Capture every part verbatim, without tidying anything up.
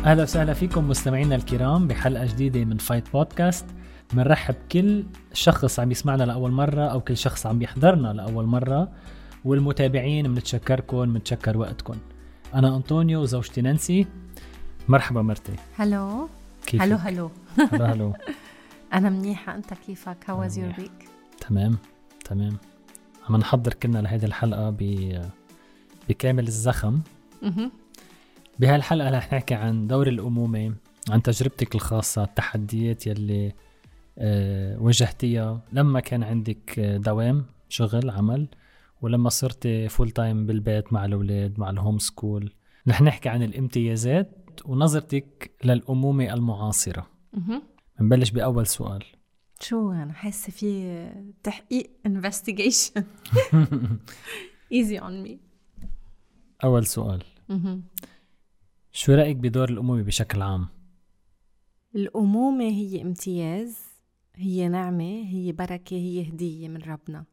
أهلا وسهلا فيكم مستمعينا الكرام بحلقة جديدة من فايت بودكاست. بنرحب كل شخص عم يسمعنا لأول مرة أو كل شخص عم يحضرنا لأول مرة، والمتابعين منتشكركم منتشكر وقتكم. أنا أنطونيو وزوجتي نانسي. مرحبا مرتي. هلو. كيفك؟ هلو هلو هلو هلو. أنا منيحة، أنت كيفك؟ How was your week؟ تمام تمام. عم نحضر كنا لهذه الحلقة ب... بكامل الزخم. بهالحلقة رح نحكي عن دور الأمومة، عن تجربتك الخاصة، التحديات يلي أه واجهتيها لما كان عندك دوام شغل عمل، ولما صرت فول تايم بالبيت مع الأولاد مع الهوم سكول. رح نحكي عن الامتيازات ونظرتك للأمومة المعاصرة. نبلش بأول سؤال. شو أنا حاسة في تحقيق investigation easy on me. أول سؤال، شو رأيك بدور الأمومة بشكل عام؟ الأمومة هي امتياز، هي نعمة، هي بركة، هي هدية من ربنا.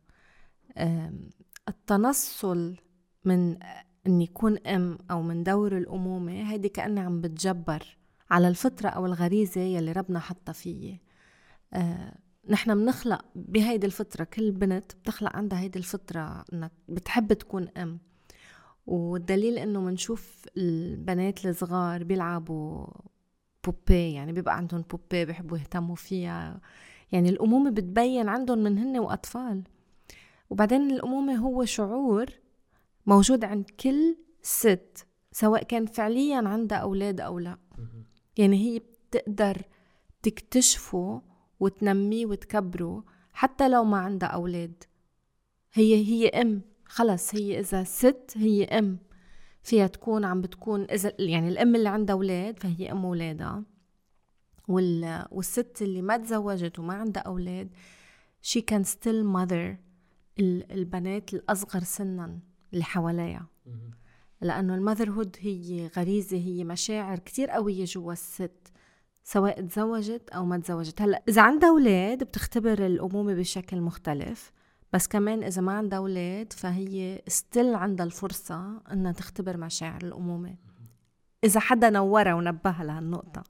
التنصل من أن يكون أم أو من دور الأمومة هيدي كأني عم بتجبر على الفطرة أو الغريزة يلي ربنا حطها فيه. أه نحن بنخلق بهيدي الفطرة، كل بنت بتخلق عندها هيدي الفطرة أنك بتحب تكون أم، والدليل أنه منشوف البنات الصغار بيلعبوا بوبي، يعني بيبقى عندهم بوبي بيحبوا يهتموا فيها. يعني الأمومة بتبين عندهم من هن وأطفال. وبعدين الأمومة هو شعور موجود عند كل ست سواء كان فعليا عندها أولاد أو لا. يعني هي بتقدر تكتشفه وتنميه وتكبره حتى لو ما عندها أولاد. هي هي أم، خلص هي إذا ست هي أم، فيها تكون عم بتكون إذا يعني الأم اللي عندها أولاد فهي أم أولادها، وال والست اللي ما تزوجت وما عندها أولاد she can still mother البنات الأصغر سنا اللي حواليها. لأنه المذرهود هي غريزة، هي مشاعر كتير قوية جوا الست سواء تزوجت أو ما تزوجت. هلأ إذا عندها أولاد بتختبر الأمومة بشكل مختلف، بس كمان إذا ما عندها أولاد فهي ستيل عندها الفرصة أنها تختبر مشاعر الأمومة إذا حدا نورها ونبهها لهالنقطة.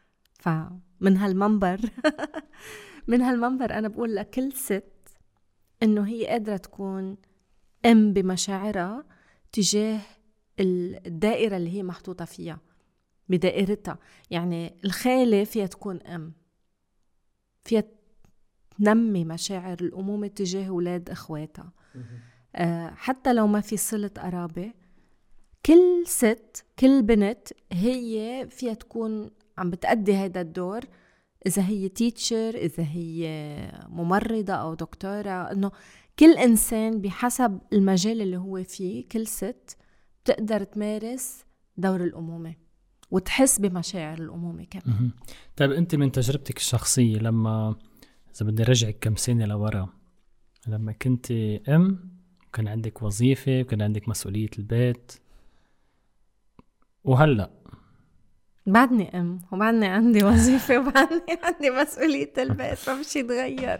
فمن هالمنبر من هالمنبر أنا بقول لكل ست إنه هي قادرة تكون أم بمشاعرها تجاه الدائرة اللي هي محطوطة فيها، بدائرتها. يعني الخالة فيها تكون أم، فيها تنمي مشاعر الأمومة تجاه أولاد إخواتها. أه حتى لو ما في صلة قرابة، كل ست كل بنت هي فيها تكون عم بتأدي هذا الدور. إذا هي تيتشر، إذا هي ممرضة أو دكتورة، إنه كل إنسان بحسب المجال اللي هو فيه، كل ست بتقدر تمارس دور الأمومة وتحس بمشاعر الأمومة كمان. طيب أنت من تجربتك الشخصية، لما إذا بدي رجعك كم سنة لورا، لما كنت أم وكان عندك وظيفة وكان عندك مسؤولية البيت، وهلأ بعدني أم وبعدني عندي وظيفة وبعدني عندي مسؤولية البيت، ما بشي يتغير.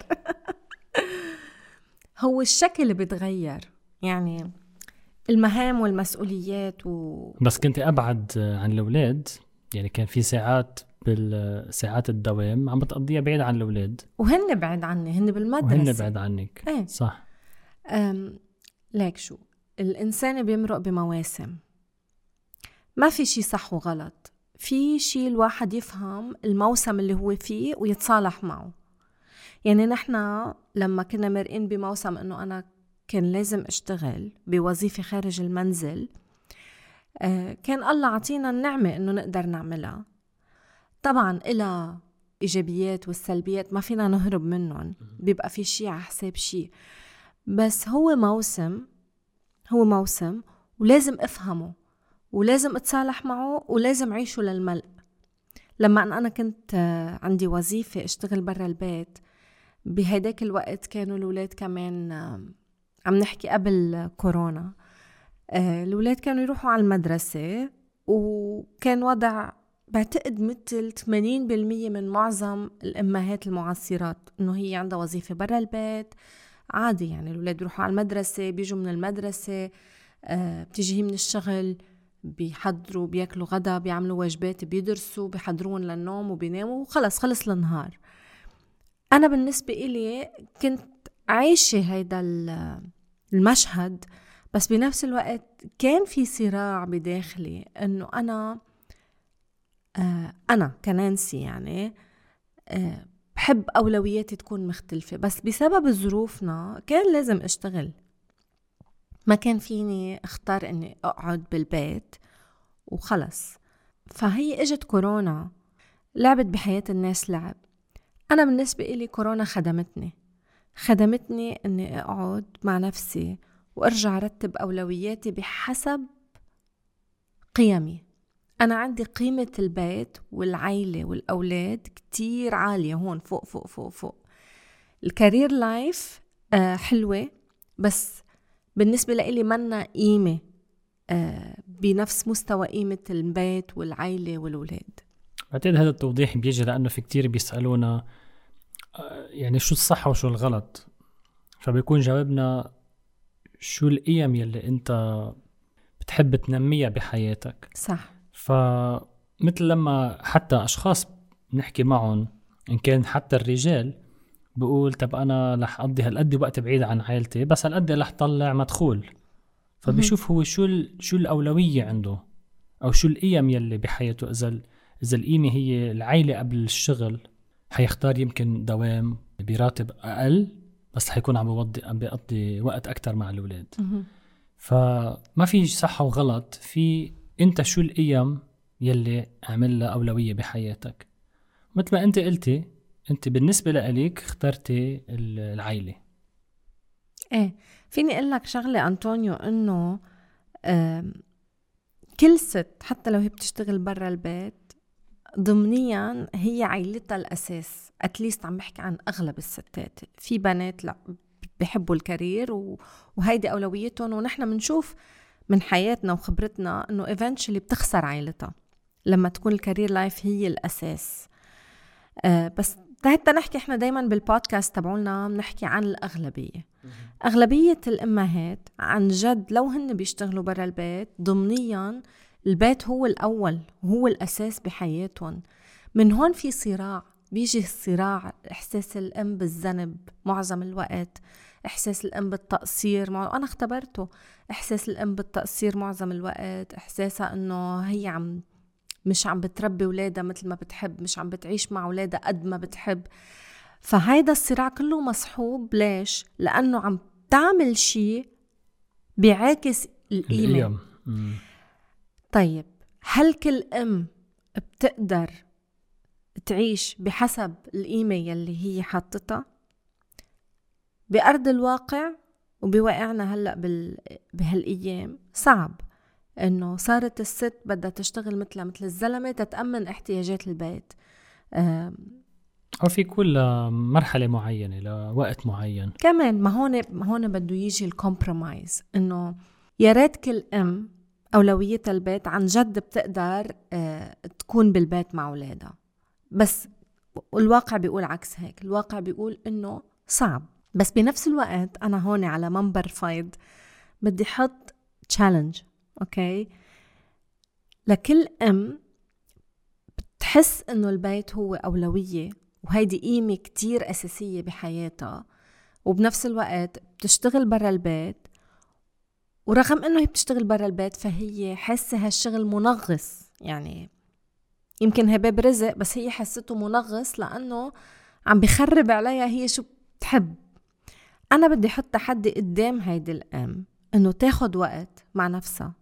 هو الشكل بيتغير، يعني المهام والمسؤوليات و... بس كنت أبعد عن الأولاد، يعني كان في ساعات بالساعات الدوام عم بتقضيها بعيد عن الأولاد، وهن بعد عني، هن بالمدرسة وهن بعد عنك. ايه. صح. أم... ليك شو الإنسان بيمرق بمواسم، ما في شي صح وغلط، في شي الواحد يفهم الموسم اللي هو فيه ويتصالح معه. يعني نحنا لما كنا مرقين بموسم انه انا كان لازم اشتغل بوظيفة خارج المنزل، آه كان الله عطينا النعمة انه نقدر نعملها. طبعا إلى ايجابيات والسلبيات ما فينا نهرب منهم، بيبقى في شي على حساب شي، بس هو موسم هو موسم ولازم افهمه ولازم اتصالح معه ولازم عيشه للملء. لما أنا كنت عندي وظيفة اشتغل برا البيت، بهداك الوقت كانوا الولاد كمان عم نحكي قبل كورونا، الولاد كانوا يروحوا على المدرسة، وكان وضع بعتقد مثل ثمانين بالمية من معظم الأمهات المعاصرات إنه هي عندها وظيفة برا البيت عادي. يعني الولاد يروحوا على المدرسة، بيجوا من المدرسة، بتيجي من الشغل، بيحضروا بياكلوا غدا، بيعملوا واجبات، بيدرسوا، بيحضرون للنوم وبيناموا وخلص خلص النهار. أنا بالنسبة إلي كنت عايشة هيدا المشهد، بس بنفس الوقت كان في صراع بداخلي إنه أنا آه أنا كنانسي يعني آه بحب أولوياتي تكون مختلفة، بس بسبب ظروفنا كان لازم أشتغل، ما كان فيني اختار إني أقعد بالبيت وخلص. فهي اجت كورونا لعبت بحياة الناس لعب. أنا بالنسبة إلي كورونا خدمتني خدمتني إني أقعد مع نفسي وأرجع أرتب أولوياتي بحسب قيمي. أنا عندي قيمة البيت والعائلة والأولاد كتير عالية هون فوق فوق فوق فوق. الكارير لايف آه حلوة، بس بالنسبة لإلي منا قيمة آه بنفس مستوى قيمة البيت والعائلة والأولاد. بعتقد هذا التوضيح بيجي لأنه في كتير بيسألونا آه يعني شو الصح وشو الغلط، فبيكون جوابنا شو القيم يلي أنت بتحب تنميها بحياتك. صح. فمثل لما حتى أشخاص نحكي معهم إن كان حتى الرجال بقول طب أنا رح أقضي هالقد وقت بعيد عن عائلتي، بس هالقد رح طلع مدخول. فبيشوف هو شو شو الأولوية عنده أو شو القيم يلي بحياته. إذا إذا القيمة هي العائلة قبل الشغل، حيختار يمكن دوام براتب أقل بس حيكون عم بيقضي عم بيقضي وقت أكتر مع الأولاد. فما في صح وغلط، في أنت شو القيم يلي عمل لها أولوية بحياتك. مثل ما أنت قلتي، أنت بالنسبة لأليك اخترتي العائلة. إيه، فيني أقول لك شغلة أنطونيو، إنه كل ست حتى لو هي بتشتغل برا البيت ضمنيا هي عائلتها الأساس. أتليست عم بحكي عن أغلب الستات، في بنات لا بيحبوا الكارير وهيدي أولويتهم، ونحن منشوف من حياتنا وخبرتنا إنه eventually بتخسر عائلتها لما تكون الكارير لايف هي الأساس. أه بس حتى نحكي إحنا دايما بالبودكاست تبعولنا بنحكي عن الأغلبية. أغلبية الأمهات عن جد لو هن بيشتغلوا برا البيت ضمنيا البيت هو الأول وهو الأساس بحياتهم. من هون في صراع، بيجي الصراع، إحساس الأم بالذنب معظم الوقت، إحساس الأم بالتقصير. مع... أنا اختبرته، إحساس الأم بالتقصير معظم الوقت، إحساسها أنه هي عم مش عم بتربي ولادها مثل ما بتحب، مش عم بتعيش مع ولادها قد ما بتحب. فهيدا الصراع كله مصحوب. ليش؟ لأنه عم تعمل شيء بيعاكس القيمة. طيب هل كل أم بتقدر تعيش بحسب القيمة يلي هي حطتها بأرض الواقع؟ وبواقعنا هلأ بال... بهالأيام صعب، إنه صارت الست بدها تشتغل مثلها مثل الزلمة تتأمن احتياجات البيت. أه... أو في كل مرحلة معينة لوقت معين كمان. ما هون ما هون بده يجي الكومبرومايز، إنه يا ريت كل أم أولويتها البيت عن جد بتقدر أه... تكون بالبيت مع أولادها، بس الواقع بيقول عكس هيك. الواقع بيقول إنه صعب. بس بنفس الوقت أنا هون على منبر فايض بدي حط تشالنج، أوكي، لكل أم بتحس إنه البيت هو أولوية وهيدي قيمة كتير أساسية بحياتها، وبنفس الوقت بتشتغل برا البيت، ورغم إنه هي بتشتغل برا البيت فهي حاسة هالشغل منغص. يعني يمكن هي باب رزق بس هي حسته منغص لأنه عم بخرب عليها هي شو بتحب. أنا بدي حط تحدي قدام هيدي الأم إنه تاخد وقت مع نفسها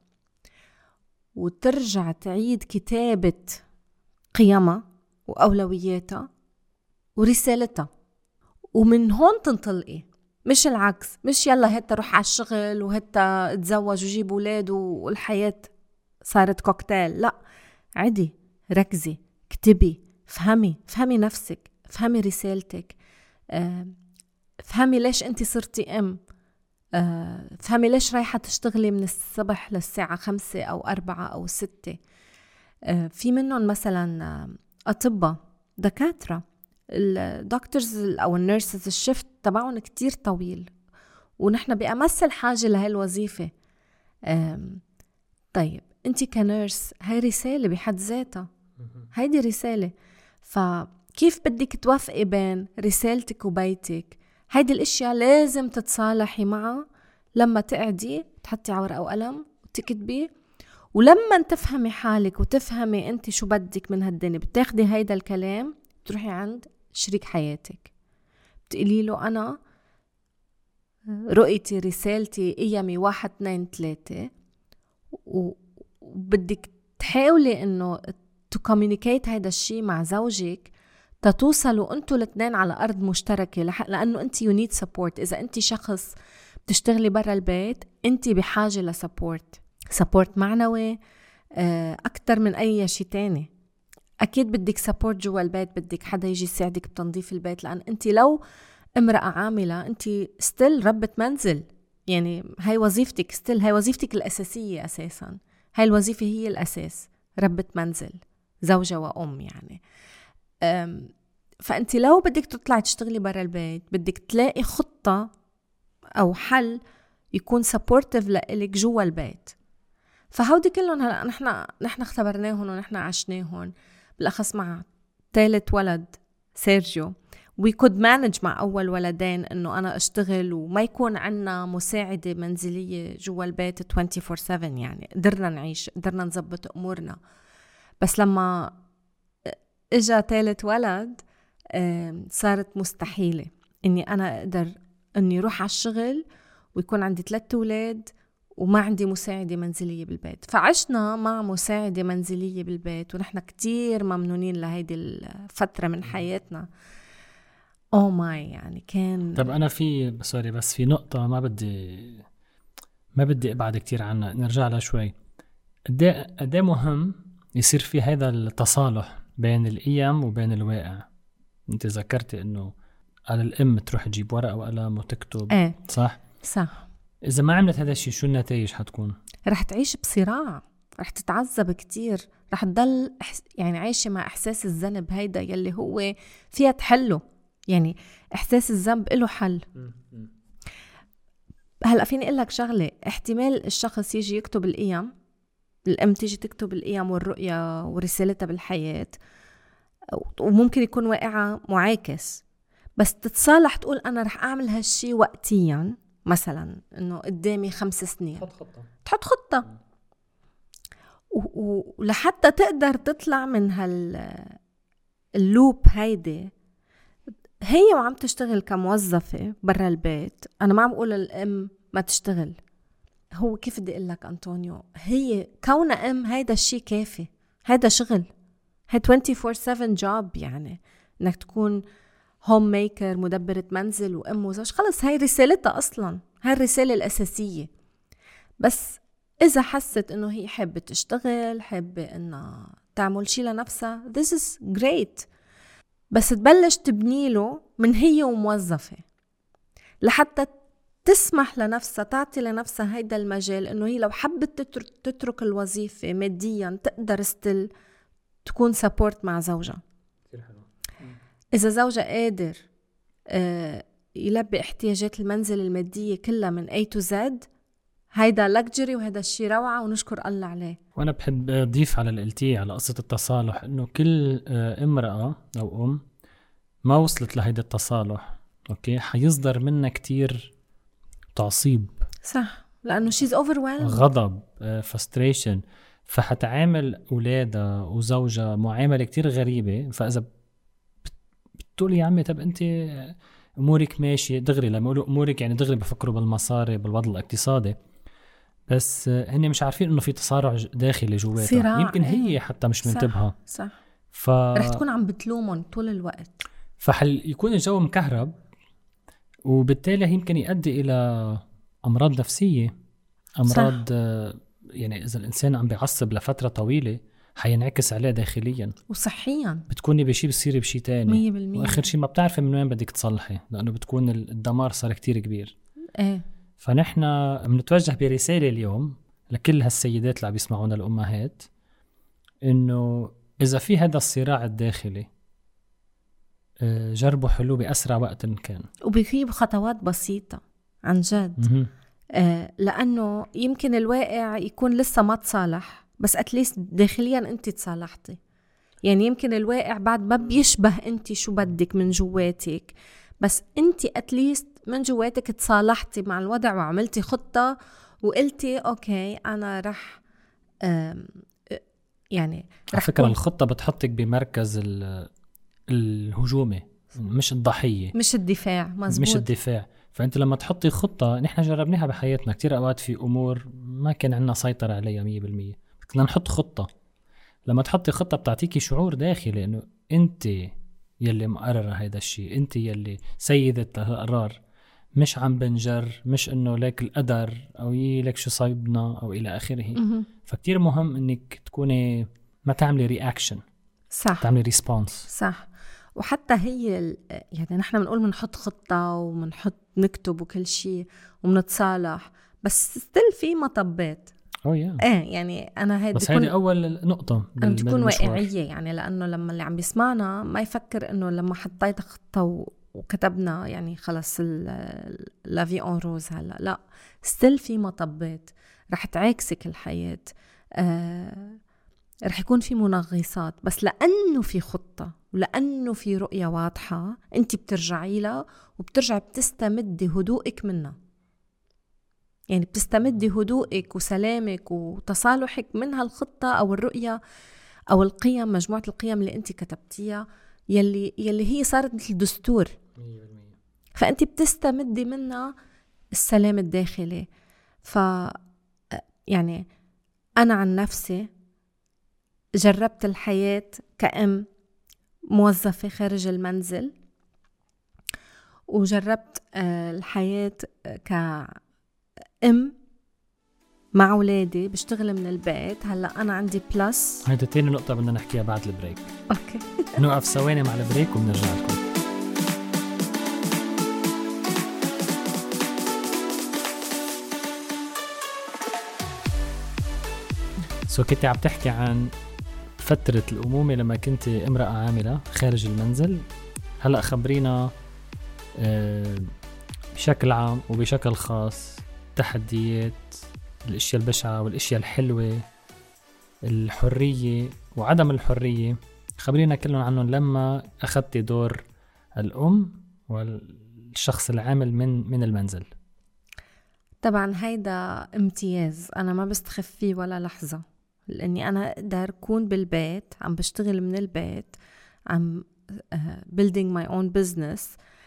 وترجع تعيد كتابة قيمها وأولوياتها ورسالتها، ومن هون تنطلقي، مش العكس. مش يلا هتا روح على الشغل وهتا اتزوج وجيب أولاد والحياة صارت كوكتيل. لا، عدي، ركزي، اكتبي، فهمي فهمي نفسك، فهمي رسالتك، أه فهمي ليش انتي صرتي ام، أه فهمي ليش رايحة تشتغلي من الصبح للساعة خمسة أو أربعة أو ستة. أه في منهم مثلا أطباء، دكاترة، الدكتورز أو النيرسز الشفت تبعهم كتير طويل ونحن بأمس الحاجة لهالوظيفة. أه طيب انت كنيرس هاي رسالة بحد ذاتها، هيدي رسالة. فكيف بدك توافقي بين رسالتك وبيتك؟ هيدي الاشياء لازم تتصالحي معها لما تقعدي تحطي على ورقة وقلم وتكتبي، ولما تفهمي حالك وتفهمي انت شو بدك من هالدنيا، بتاخدي هيدا الكلام تروحي عند شريك حياتك بتقولي له انا رؤيتي رسالتي قيمي واحد اثنين ثلاثة، وبدك تحاولي انه to communicate هيدا الشيء مع زوجك تتوصلوا انتوا الاثنين على ارض مشتركة، لانه انت you need support. اذا انت شخص بتشتغلي برا البيت انت بحاجة لسبورت، سبورت معنوي اكتر من اي شيء تاني. اكيد بدك سبورت جوا البيت، بدك حدا يجي يساعدك بتنظيف البيت، لان انت لو امرأة عاملة انت ستيل ربة منزل، يعني هاي وظيفتك، ستيل هاي وظيفتك الاساسية اساسا، هاي الوظيفة هي الاساس، ربة منزل، زوجة وام يعني. فانت لو بدك تطلعي تشتغلي برا البيت بدك تلاقي خطة او حل يكون سبورتيف لإلك جوا البيت. فهودي كلهم هلا نحن نحن اختبرناهم ونحن عشناهم، بالاخص مع ثالث ولد سيرجيو. we could manage مع اول ولدين انه انا اشتغل وما يكون عنا مساعدة منزلية جوا البيت أربعة وعشرين سبعة، يعني قدرنا نعيش، قدرنا نزبط امورنا. بس لما اجا ثالث ولد صارت مستحيلة اني انا اقدر اني اروح على الشغل ويكون عندي ثلاثة اولاد وما عندي مساعدة منزلية بالبيت. فعشنا مع مساعدة منزلية بالبيت ونحن كتير ممنونين لهيدي الفترة من حياتنا. او ماي يعني كان. طب انا في سوري بس في نقطة ما بدي ما بدي ابعد كتير عنها، نرجع لها شوي. قد قد مهم يصير في هذا التصالح بين القيم وبين الواقع. انت ذكرتي انه على الام تروح تجيب ورقة وقلم وتكتب. ايه صح صح. اذا ما عملت هذا الشيء شو النتائج حتكون؟ رح تعيش بصراع، رح تتعذب كتير، رح تضل يعني عايشة مع احساس الذنب هيدا يلي هو فيها تحله. يعني احساس الذنب له حل. هلا فيني اقول لك شغله، احتمال الشخص يجي يكتب القيم، الام تيجي تكتب القيم والرؤيه ورسالتها بالحياه، وممكن يكون واقعها معاكس، بس تتصالح تقول انا رح اعمل هالشي وقتيا، مثلا انه قدامي خمس سنين تحط خطه تحط خطه ولحتى تقدر تطلع من هال اللوب هيدي. هي وعم تشتغل كموظفة برا البيت، أنا ما عم أقول الأم ما تشتغل، هو كيف بدي أقول لك أنطونيو، هي كونها أم هيدا الشي كافي، هيدا شغل، هي أربعة وعشرين سبعة جوب، يعني إنك تكون هوم ميكر، مدبرة منزل وأم وزوج، خلص هاي رسالتها أصلا، هاي الرسالة الأساسية. بس إذا حست إنه هي حابة تشتغل، حابة إنها تعمل شي لنفسها، this is great، بس تبلش تبنيله من هي وموظفة لحتى تسمح لنفسها، تعطي لنفسها هيدا المجال انه هي لو حبت تترك, تترك الوظيفة ماديا تقدر ستيل تكون سابورت مع زوجها. اذا زوجها قادر آه يلبي احتياجات المنزل المادية كلها من A to Z، هيدا لكجري وهيدا الشي روعة ونشكر الله عليه. وانا بحب اضيف على الالتي على قصة التصالح انه كل امرأة او ام ما وصلت لهيدا التصالح اوكي حيصدر منها كتير تعصيب، صح، لانه شيز overwhelmed، غضب، frustration، فحتعامل اولادها وزوجها معاملة كتير غريبة. فاذا بتقولي يا عمي طب انت امورك ماشي دغري، لما يقولوا امورك يعني دغري بفكروا بالمصاري بالوضع الاقتصادي، بس هن مش عارفين انه في تصارع داخلي جواتها، يمكن هي حتى مش منتبهه. صح, صح. ف... رح تكون عم بتلومهم طول الوقت، فحل يكون الجو مكهرب، وبالتالي يمكن يؤدي الى امراض نفسيه، امراض صح. يعني اذا الانسان عم بيعصب لفتره طويله حينعكس عليه داخليا وصحيا، بتكوني بشي بصير بشي تاني مية بالمية، واخر شي ما بتعرفي من وين بدك تصلحي، لانه بتكون الدمار صار كتير كبير. ايه. فنحن بنتوجه برسالة اليوم لكل هالسيدات اللي عم بيسمعونا الأمهات، إنه إذا في هذا الصراع الداخلي جربوا حلوه بأسرع وقت كان، وبيجيب خطوات بسيطة عن جد. آه لأنه يمكن الواقع يكون لسه ما تصالح، بس اتليست داخليا انت تصالحتي. يعني يمكن الواقع بعد ما بيشبه انت شو بدك من جواتك، بس انت اتليست من جواتك تصالحتي مع الوضع وعملتي خطة وقلتي اوكي انا رح يعني على فكرة الخطة بتحطك بمركز الهجومي مش الضحية، مش الدفاع. مزبوط. مش الدفاع. فأنت لما تحطي خطة، نحن جربناها بحياتنا كتير أوقات في أمور ما كان عندنا سيطرة عليها مية بالمية، كنا نحط خطة. لما تحطي خطة بتعطيكي شعور داخلي إنه أنت يلي مقررة هيدا الشيء، أنت يلي سيدة القرار، مش عم بنجر، مش إنه لك القدر أو يلك شو صايبنا أو إلى آخره. فكتير مهم إنك تكوني ما تعملي رياكشن، صح، تعملي ريسبونس. صح. وحتى هي يعني نحن بنقول بنحط خطة وبنحط نكتب وكل شيء وبنتصالح، بس ستيل في مطبات. أو يا ايه يعني انا هيدي بس هيدي اول نقطه ان تكون واقعيه، يعني لانه لما اللي عم بيسمعنا ما يفكر انه لما حطيت خطه وكتبنا يعني خلص لافي اون روز. هلا لا، ستيل في مطبات رح تعاكسك الحياه، آه رح يكون في منغصات، بس لانه في خطه ولانه في رؤيه واضحه انت بترجعي لها وبترجعي بتستمدي هدوءك منها. يعني بتستمدي هدوءك وسلامك وتصالحك من هالخطة أو الرؤية أو القيم، مجموعة القيم اللي أنت كتبتيها يلي, يلي هي صارت مثل دستور، فأنت بتستمدي منها السلام الداخلي. ف يعني أنا عن نفسي جربت الحياة كأم موظفة خارج المنزل، وجربت الحياة ك ام مع اولادي بشتغل من البيت. هلا انا عندي بلس. هيدا تاني نقطه بدنا نحكيها بعد البريك. اوكي نوقف ثواني مع البريك وبنرجع لكم. سو كنت عم تحكي عن فتره الامومه لما كنت امراه عامله خارج المنزل. هلا خبرينا بشكل عام وبشكل خاص تحديات، الاشياء البشعة والاشياء الحلوة، الحرية وعدم الحرية. خبرينا كلهم عنهم لما اخذت دور الام والشخص العامل من من المنزل. طبعا هيدا امتياز انا ما بستخف فيه ولا لحظة، لاني انا اقدر اكون بالبيت عم بشتغل من البيت، عم building my own business،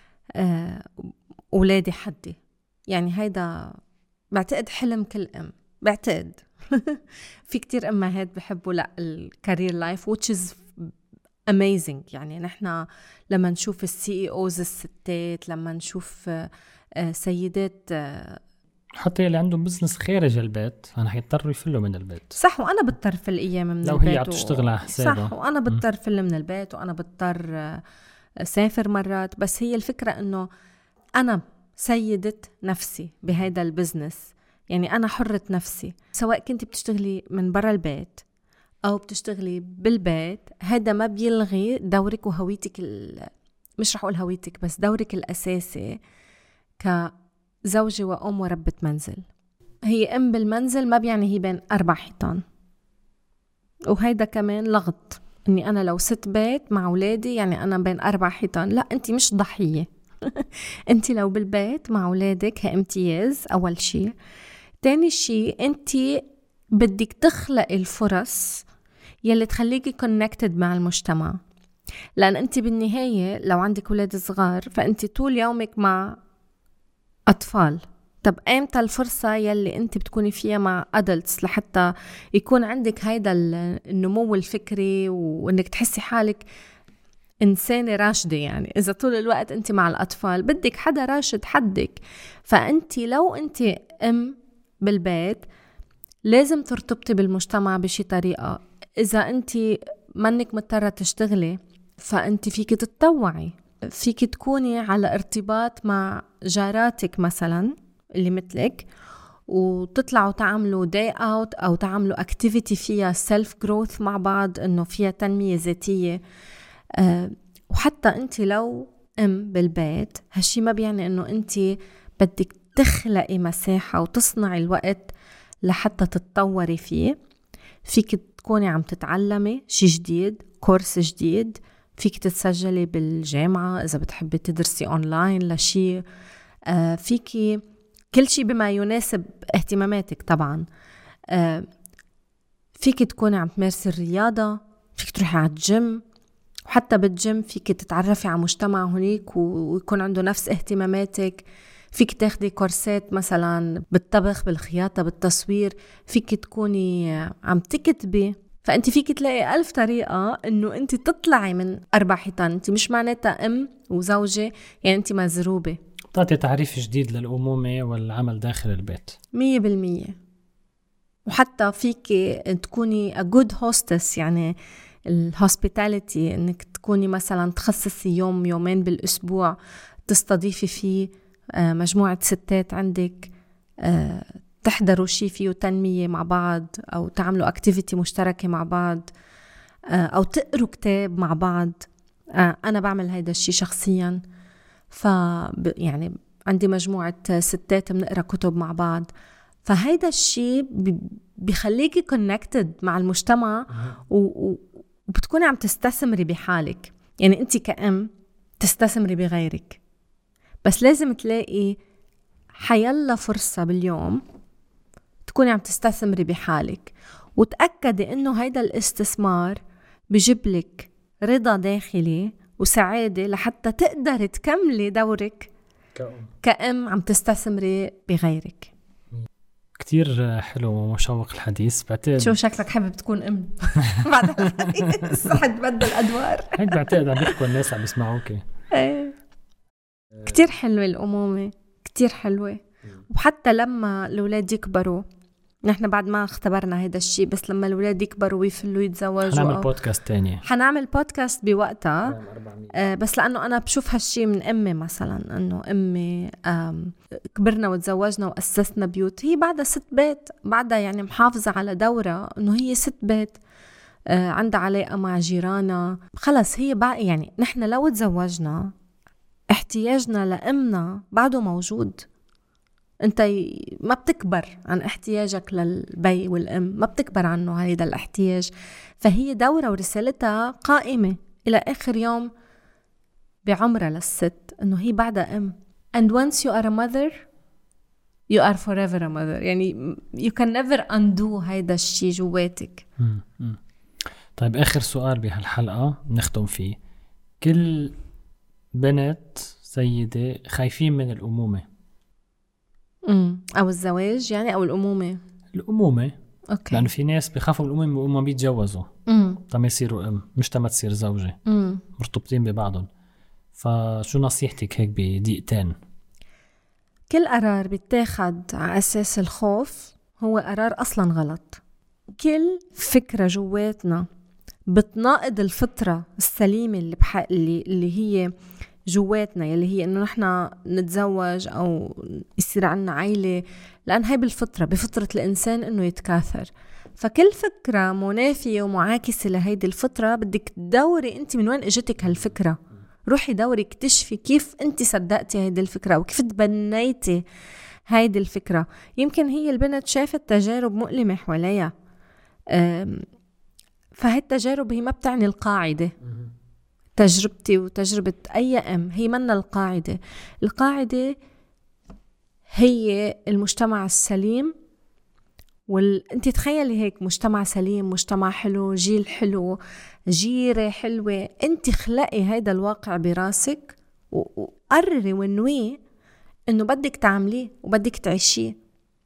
اولادي حدي. يعني هيدا بعتقد حلم كل ام، بعتقد في كتير امهات بحبوا لا الكارير لايف which is amazing. يعني نحنا لما نشوف السي اي اوز الستات، لما نشوف سيدات حتى اللي عندهم بزنس خارج البيت انا حيضطروا يفلوا من البيت. صح، وانا بضطر في الايام من لو البيت هي عم تشتغل على حسابها. صح، وانا بضطر فل من البيت، وانا بضطر سافر مرات. بس هي الفكرة انه انا سيدة نفسي بهذا البزنس، يعني أنا حرة نفسي. سواء كنت بتشتغلي من برا البيت أو بتشتغلي بالبيت، هذا ما بيلغي دورك وهويتك ال... مش رح أقول هويتك، بس دورك الأساسي كزوجة وأم وربة منزل. هي أم بالمنزل ما بيعني هي بين أربع حيطان، وهيدا كمان لغط إني أنا لو ست بيت مع أولادي يعني أنا بين أربع حيطان. لا، أنت مش ضحية. انت لو بالبيت مع اولادك هي امتياز اول شيء. تاني شيء انت بدك تخلق الفرص يلي تخليكي كونكتد مع المجتمع، لان انت بالنهاية لو عندك اولاد صغار فانت طول يومك مع اطفال. طب امتى الفرصة يلي انت بتكوني فيها مع adults لحتى يكون عندك هيدا النمو الفكري وانك تحسي حالك إنسانة راشدة؟ يعني إذا طول الوقت أنت مع الأطفال بدك حدا راشد حدك. فأنت لو أنت أم بالبيت لازم ترتبطي بالمجتمع بشي طريقة. إذا أنت منك مضطرة تشتغلي فأنت فيك تتطوعي، فيك تكوني على ارتباط مع جاراتك مثلا اللي مثلك، وتطلعوا تعملوا داي اوت أو تعملوا اكتيفيتي فيها سيلف جروث مع بعض، إنه فيها تنمية ذاتية. أه وحتى أنت لو أم بالبيت هالشي ما بيعني أنه أنت بدك تخلقي مساحة وتصنعي الوقت لحتى تتطوري فيه. فيك تكوني عم تتعلمي شي جديد، كورس جديد، فيك تتسجلي بالجامعة إذا بتحبي تدرسي أونلاين لشي، آه فيك كل شي بما يناسب اهتماماتك طبعا. آه فيك تكوني عم تمارسي الرياضة، فيك تروحي على الجيم، وحتى بالجيم فيك تتعرفي على مجتمع هناك ويكون عنده نفس اهتماماتك. فيك تاخدي كورسات مثلا بالطبخ، بالخياطة، بالتصوير، فيك تكوني عم تكتبي. فأنت فيك تلاقي ألف طريقة إنه أنت تطلعي من أربع حيطان. أنت مش معناتها أم وزوجة، يعني أنت مزروبة. تعطي تعريف جديد للأمومة والعمل داخل البيت مية بالمية. وحتى فيك تكوني a good hostess، يعني الهوسبيتاليتي، إنك تكوني مثلا تخصصي يوم يومين بالأسبوع تستضيفي فيه مجموعة ستات عندك، تحضروا شيء فيه تنمية مع بعض، أو تعملوا أكتيفيتي مشتركة مع بعض، أو تقروا كتاب مع بعض. أنا بعمل هيدا الشيء شخصيا. ف يعني عندي مجموعة ستات بنقرأ كتب مع بعض. فهيدا الشيء بيخليكي كونكتد مع المجتمع، وبتكوني عم تستثمري بحالك. يعني أنت كأم تستثمري بغيرك، بس لازم تلاقي حيلا فرصة باليوم تكوني عم تستثمري بحالك، وتأكدي إنه هيدا الاستثمار بيجيبلك رضا داخلي وسعادة لحتى تقدر تكملي دورك كأم, كأم عم تستثمري بغيرك. كتير حلو ومشوق الحديث. بعتقد شو شكلك حابب تكون أم بعد الحديث حد بدل أدوار. هيك بعتقد عم بيحكوا الناس عم يسمعوك. كتير حلوة الأمومة، كتير حلوة. وحتى لما الأولاد يكبروا، نحن بعد ما اختبرنا هيدا الشيء، بس لما الأولاد يكبروا ويفلوا يتزوجوا حنعمل بودكاست تاني، حنعمل بودكاست بوقتها. آه بس لأنه أنا بشوف هالشيء من أمي مثلا، أنه أمي كبرنا وتزوجنا وأسسنا بيوت، هي بعدها ست بيت، بعدها يعني محافظة على دورة أنه هي ست بيت، آه عندها علاقة مع جيرانا. خلص هي بقى يعني نحن لو تزوجنا احتياجنا لأمنا بعده موجود. انت ما بتكبر عن احتياجك للبي والأم، ما بتكبر عنه هيدا الاحتياج. فهي دورة ورسالتها قائمة إلى آخر يوم بعمرها للست، انه هي بعدها أم. and once you are a mother you are forever a mother. يعني you can never undo هيدا الشي جواتك. طيب آخر سؤال بهالحلقة نختم فيه. كل بنت سيدة خايفين من الأمومة امم أو الزواج يعني، أو الأمومة. الأمومة أوكي. لأنه في ناس بيخافوا من الأمومة وما بيتجوزوا تما يصيروا أم، مش تما تصير زوجة. مم. مرتبطين ببعضهم. فشو نصيحتك هيك بدقيقتين؟ كل قرار بيتاخد على أساس الخوف هو قرار أصلا غلط. كل فكرة جواتنا بتناقض الفطرة السليمة اللي, بح... اللي... اللي هي جواتنا، يلي هي إنه نحنا نتزوج أو يصير عنا عائلة، لأن هاي بالفطرة، بفطرة الإنسان إنه يتكاثر. فكل فكرة منافية ومعاكسة لهيدي الفطرة بدك تدوري أنت من وين إجتك هالفكرة. روحي دوري اكتشفي كيف أنت صدقتي هيدي الفكرة وكيف تبنيتي هيدي الفكرة. يمكن هي البنت شافت تجارب مؤلمة حواليها، فهي التجارب هي ما بتعني القاعدة. تجربتي وتجربة أي أم هي منا القاعدة. القاعدة هي المجتمع السليم. وانت تخيلي هيك مجتمع سليم، مجتمع حلو، جيل حلو، جيرة حلوة. انت خلقي هيدا الواقع براسك وقرري ونوي انه بدك تعمليه وبدك تعيشيه.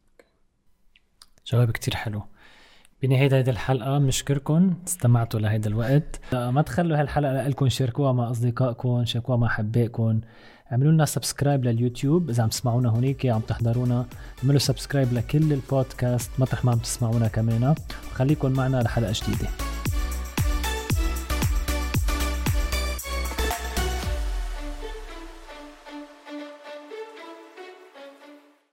جواب كتير حلو. بنهاية هيدا الحلقة بنشكركم استمعتوا لهيدا الوقت. ما تخلوا هالحلقة لكم، شاركوها مع أصدقائكم، شاركوها مع حبائكم، اعملوا لنا سبسكرايب لليوتيوب إذا عم تسمعونا هونيك عم تحضرونا، اعملوا سبسكرايب لكل البودكاست مطرح ما عم تسمعونا كمان، وخليكم معنا لحلقة جديدة.